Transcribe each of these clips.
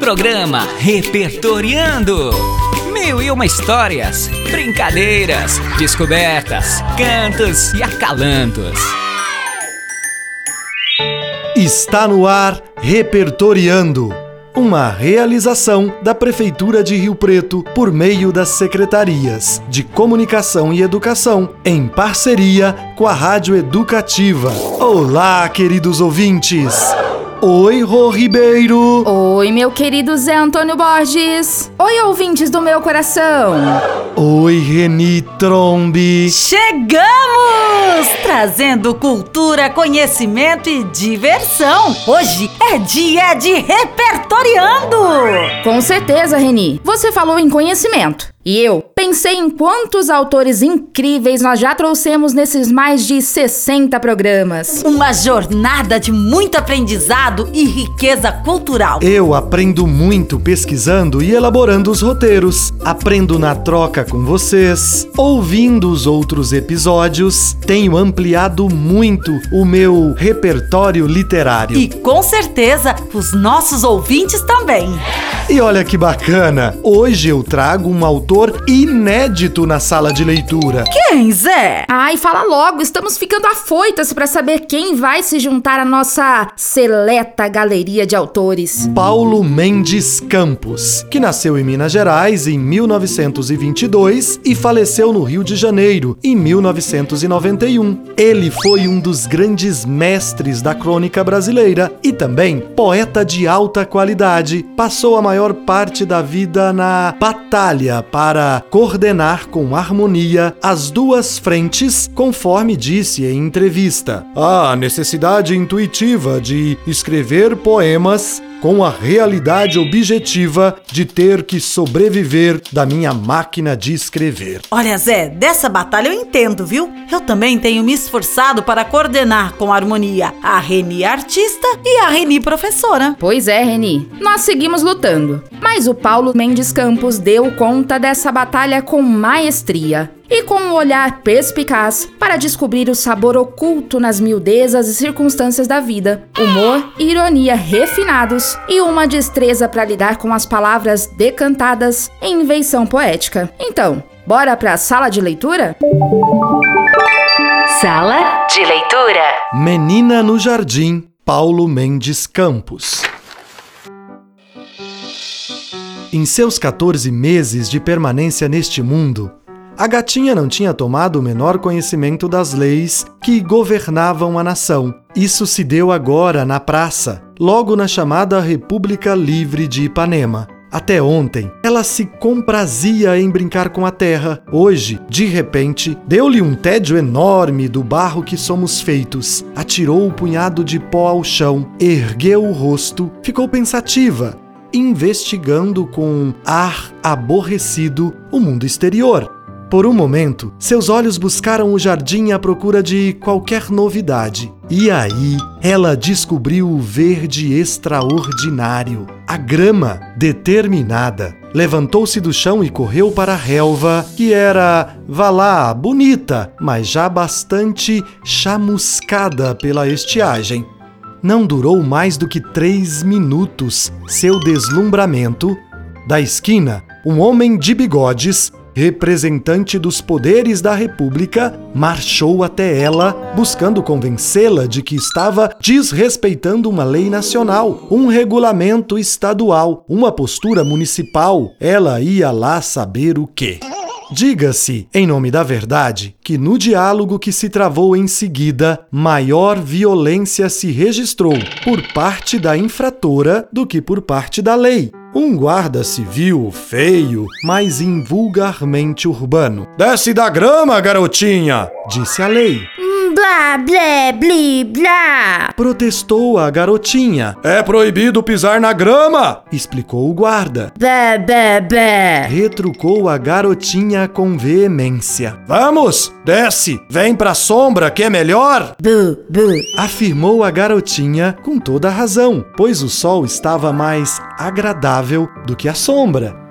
Programa Repertoriando. 1001 histórias, brincadeiras, descobertas, cantos e acalantos. Está no ar Repertoriando, uma realização da Prefeitura de Rio Preto por meio das Secretarias de Comunicação e Educação, em parceria com a Rádio Educativa. Olá, queridos ouvintes! Oi, Rô Ribeiro! Oi, meu querido Zé Antônio Borges! Oi, ouvintes do meu coração! Oi, Reni Trombi! Chegamos! Trazendo cultura, conhecimento e diversão! Hoje é dia de Repertoriando! Com certeza, Reni! Você falou em conhecimento. E eu pensei em quantos autores incríveis nós já trouxemos nesses mais de 60 programas. Uma jornada de muito aprendizado e riqueza cultural. Eu aprendo muito pesquisando e elaborando os roteiros. Aprendo na troca com vocês. Ouvindo os outros episódios, tenho ampliado muito o meu repertório literário. E com certeza, os nossos ouvintes também. E olha que bacana! Hoje eu trago um autor inédito na sala de leitura. Quem, Zé? Ai, fala logo, estamos ficando afoitas para saber quem vai se juntar à nossa seleta galeria de autores. Paulo Mendes Campos, que nasceu em Minas Gerais em 1922 e faleceu no Rio de Janeiro em 1991. Ele foi um dos grandes mestres da crônica brasileira e também poeta de alta qualidade. Passou a maior parte da vida na batalha para coordenar com harmonia as duas frentes, conforme disse em entrevista. A necessidade intuitiva de escrever poemas com a realidade objetiva de ter que sobreviver da minha máquina de escrever. Olha, Zé, dessa batalha eu entendo, viu? Eu também tenho me esforçado para coordenar com harmonia a Reni artista e a Reni professora. Pois é, Reni, nós seguimos lutando. Mas o Paulo Mendes Campos deu conta dessa batalha com maestria e com um olhar perspicaz para descobrir o sabor oculto nas miudezas e circunstâncias da vida, humor e ironia refinados e uma destreza para lidar com as palavras decantadas em invenção poética. Então, bora pra sala de leitura? Sala de leitura. Menina no Jardim, Paulo Mendes Campos. Em seus 14 meses de permanência neste mundo, a gatinha não tinha tomado o menor conhecimento das leis que governavam a nação. Isso se deu agora na praça, logo na chamada República Livre de Ipanema. Até ontem, ela se comprazia em brincar com a terra. Hoje, de repente, deu-lhe um tédio enorme do barro que somos feitos. Atirou o punhado de pó ao chão, ergueu o rosto, ficou pensativa, investigando com ar aborrecido o mundo exterior. Por um momento, seus olhos buscaram o jardim à procura de qualquer novidade. E aí, ela descobriu o verde extraordinário, a grama determinada. Levantou-se do chão e correu para a relva, que era, vá lá, bonita, mas já bastante chamuscada pela estiagem. Não durou mais do que 3 minutos seu deslumbramento. Da esquina, um homem de bigodes, representante dos poderes da República, marchou até ela, buscando convencê-la de que estava desrespeitando uma lei nacional, um regulamento estadual, uma postura municipal. Ela ia lá saber o quê. Diga-se, em nome da verdade, que no diálogo que se travou em seguida, maior violência se registrou por parte da infratora do que por parte da lei. Um guarda civil feio, mas invulgarmente urbano. "Desce da grama, garotinha!" disse a lei. Blá, blé, bli, blá! Protestou a garotinha. "É proibido pisar na grama!" explicou o guarda. Bé, bé, bé! Retrucou a garotinha com veemência. "Vamos, desce, vem pra sombra que é melhor!" Bu, bu! Afirmou a garotinha com toda a razão, pois o sol estava mais agradável do que a sombra.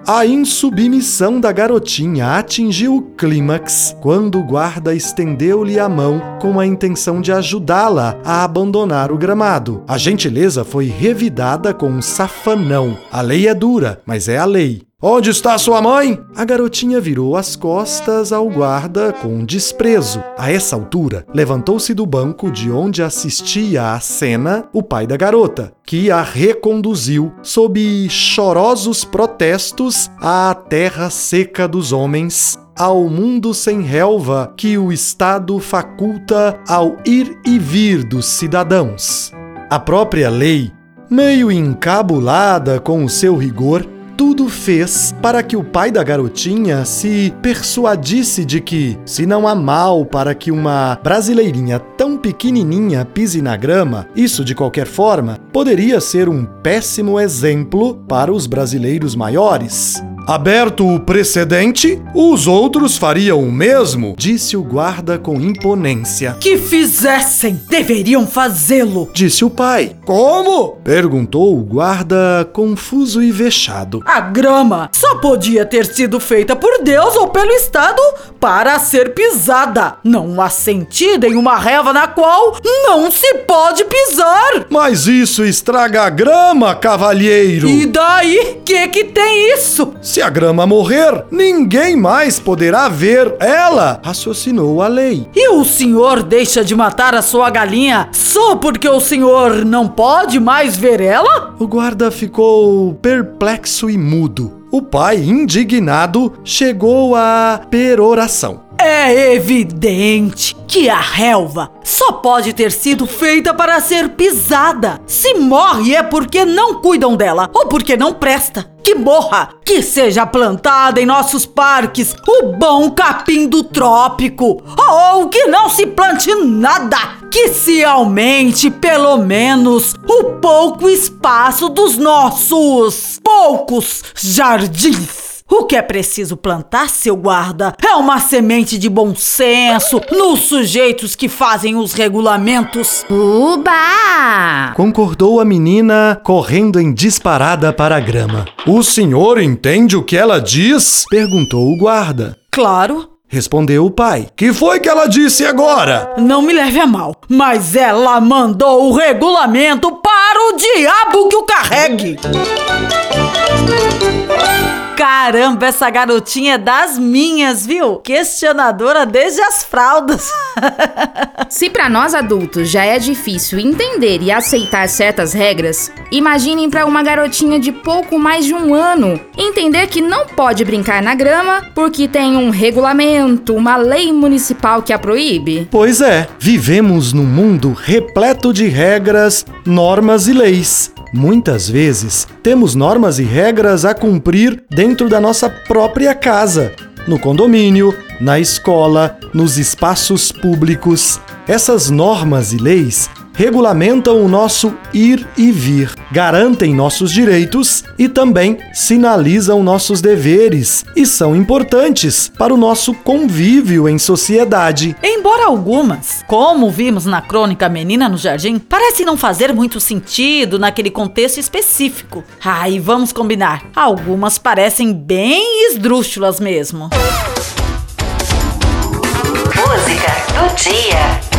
A insubmissão da garotinha atingiu o clímax quando o guarda estendeu-lhe a mão com a intenção de ajudá-la a abandonar o gramado. A gentileza foi revidada com um safanão. A lei é dura, mas é a lei. Onde está sua mãe? A garotinha virou as costas ao guarda com desprezo. A essa altura, levantou-se do banco de onde assistia à cena o pai da garota, que a reconduziu, sob chorosos protestos, à terra seca dos homens, ao mundo sem relva que o Estado faculta ao ir e vir dos cidadãos. A própria lei, meio encabulada com o seu rigor, tudo fez para que o pai da garotinha se persuadisse de que, se não há mal para que uma brasileirinha tão pequenininha pise na grama, isso, de qualquer forma, poderia ser um péssimo exemplo para os brasileiros maiores. Aberto o precedente, os outros fariam o mesmo, disse o guarda com imponência. Que fizessem, deveriam fazê-lo, disse o pai. Como? Perguntou o guarda, confuso e vexado. A grama só podia ter sido feita por Deus ou pelo Estado para ser pisada. Não há sentido em uma relva na qual não se pode pisar. Mas isso estraga a grama, cavalheiro. E daí? Que tem isso? Se a grama morrer, ninguém mais poderá ver ela, raciocinou a lei. E o senhor deixa de matar a sua galinha só porque o senhor não pode mais ver ela? O guarda ficou perplexo e mudo. O pai, indignado, chegou à peroração. É evidente que a relva só pode ter sido feita para ser pisada. Se morre é porque não cuidam dela ou porque não presta. Que morra, que seja plantada em nossos parques o bom capim do trópico, ou que não se plante nada, que se aumente pelo menos o pouco espaço dos nossos poucos jardins. O que é preciso plantar, seu guarda, é uma semente de bom senso nos sujeitos que fazem os regulamentos. Uba! Concordou a menina, correndo em disparada para a grama. O senhor entende o que ela diz? Perguntou o guarda. Claro. Respondeu o pai. Que foi que ela disse agora? Não me leve a mal, mas ela mandou o regulamento para o diabo que o carregue. Caramba, essa garotinha é das minhas, viu? Questionadora desde as fraldas. Se para nós adultos já é difícil entender e aceitar certas regras, imaginem para uma garotinha de pouco mais de 1 ano entender que não pode brincar na grama porque tem um regulamento, uma lei municipal que a proíbe. Pois é, vivemos num mundo repleto de regras, normas e leis. Muitas vezes, temos normas e regras a cumprir dentro da nossa própria casa, no condomínio, na escola, nos espaços públicos. Essas normas e leis regulamentam o nosso ir e vir, garantem nossos direitos e também sinalizam nossos deveres e são importantes para o nosso convívio em sociedade. Embora algumas, como vimos na crônica Menina no Jardim, parecem não fazer muito sentido naquele contexto específico. E vamos combinar, algumas parecem bem esdrúxulas mesmo. Música do dia.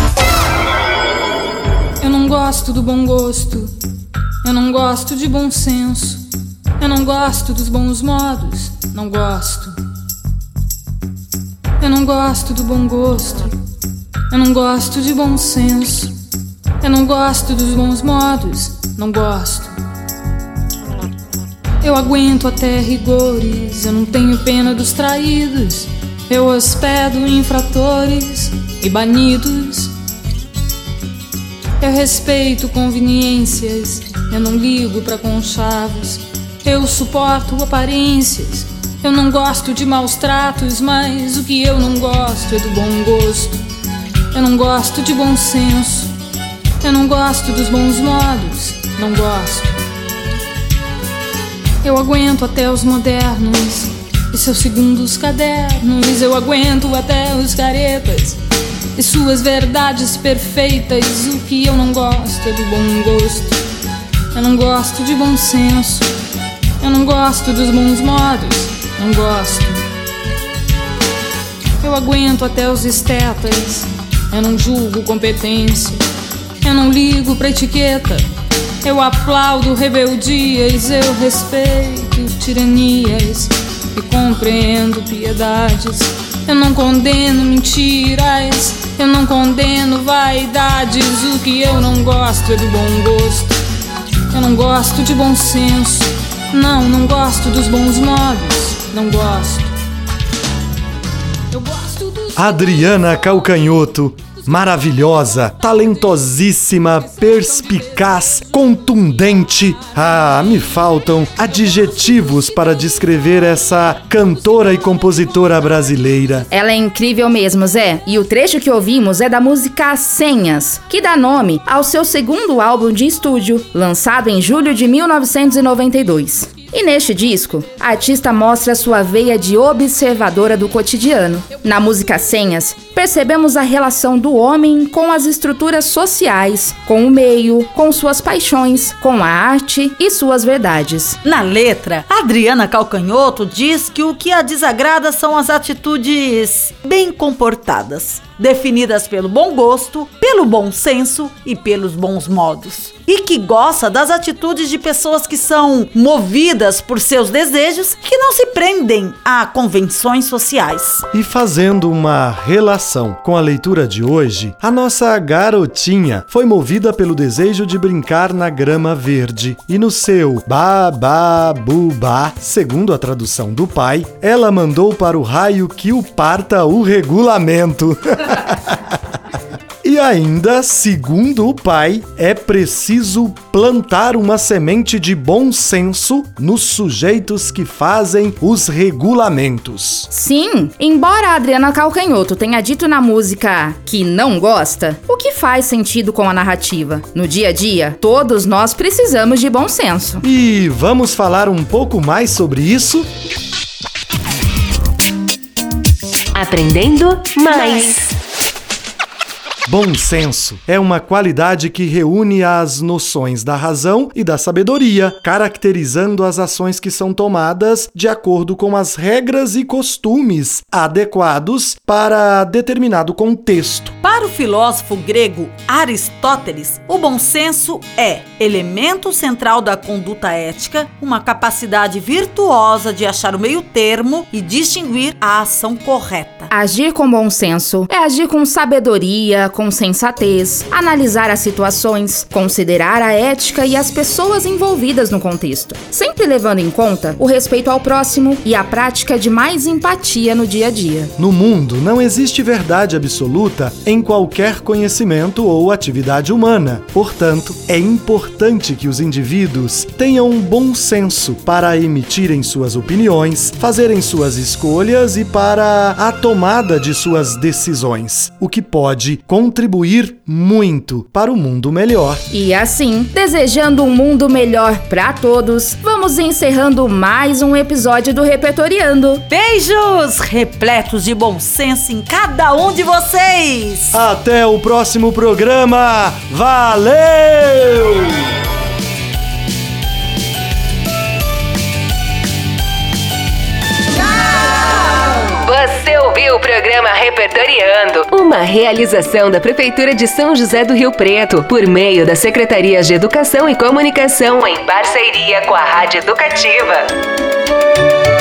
Eu não gosto do bom gosto, eu não gosto de bom senso, eu não gosto dos bons modos, não gosto. Eu não gosto do bom gosto, eu não gosto de bom senso, eu não gosto dos bons modos, não gosto. Eu aguento até rigores, eu não tenho pena dos traídos, eu hospedo infratores e banidos. Eu respeito conveniências, eu não ligo pra conchavos, eu suporto aparências, eu não gosto de maus tratos, mas o que eu não gosto é do bom gosto. Eu não gosto de bom senso, eu não gosto dos bons modos, não gosto. Eu aguento até os modernos e seus segundos cadernos, eu aguento até os caretas e suas verdades perfeitas. O que eu não gosto é do bom gosto. Eu não gosto de bom senso, Eu não gosto dos bons modos, não gosto. Eu aguento até os estetas, eu não julgo competência, eu não ligo pra etiqueta, eu aplaudo rebeldias, eu respeito tiranias e compreendo piedades. Eu não condeno mentiras, eu não condeno vaidades. O que eu não gosto é do bom gosto, eu não gosto de bom senso. Não gosto dos bons modos, não gosto. Eu gosto dos... Adriana Calcanhoto, maravilhosa, talentosíssima, perspicaz, contundente. Ah, me faltam adjetivos para descrever essa cantora e compositora brasileira. Ela é incrível mesmo, Zé. E o trecho que ouvimos é da música Senhas, que dá nome ao seu segundo álbum de estúdio, lançado em julho de 1992. E neste disco, a artista mostra sua veia de observadora do cotidiano. Na música Senhas, percebemos a relação do homem com as estruturas sociais, com o meio, com suas paixões, com a arte e suas verdades. Na letra, Adriana Calcanhoto diz que o que a desagrada são as atitudes bem comportadas, definidas pelo bom gosto, pelo bom senso e pelos bons modos. E que gosta das atitudes de pessoas que são movidas por seus desejos, que não se prendem a convenções sociais. E fazendo uma relação com a leitura de hoje, a nossa garotinha foi movida pelo desejo de brincar na grama verde. E no seu babá, segundo a tradução do pai, ela mandou para o raio que o parta o regulamento. E ainda, segundo o pai, é preciso plantar uma semente de bom senso nos sujeitos que fazem os regulamentos. Sim, embora a Adriana Calcanhoto tenha dito na música que não gosta, o que faz sentido com a narrativa. No dia a dia, todos nós precisamos de bom senso. E vamos falar um pouco mais sobre isso? Aprendendo mais. Bom senso é uma qualidade que reúne as noções da razão e da sabedoria, caracterizando as ações que são tomadas de acordo com as regras e costumes adequados para determinado contexto. Para o filósofo grego Aristóteles, o bom senso é elemento central da conduta ética, uma capacidade virtuosa de achar o meio termo e distinguir a ação correta. Agir com bom senso é agir com sabedoria, com sensatez, analisar as situações, considerar a ética e as pessoas envolvidas no contexto, sempre levando em conta o respeito ao próximo e a prática de mais empatia no dia a dia. No mundo, não existe verdade absoluta em qualquer conhecimento ou atividade humana. Portanto, é importante que os indivíduos tenham um bom senso para emitirem suas opiniões, fazerem suas escolhas e para a tomada de suas decisões, o que pode contribuir muito para o mundo melhor. E assim, desejando um mundo melhor para todos, vamos encerrando mais um episódio do Repertoriando. Beijos repletos de bom senso em cada um de vocês! Até o próximo programa! Valeu! Você ouviu o programa Repertoriando, uma realização da Prefeitura de São José do Rio Preto, por meio das Secretarias de Educação e Comunicação, em parceria com a Rádio Educativa.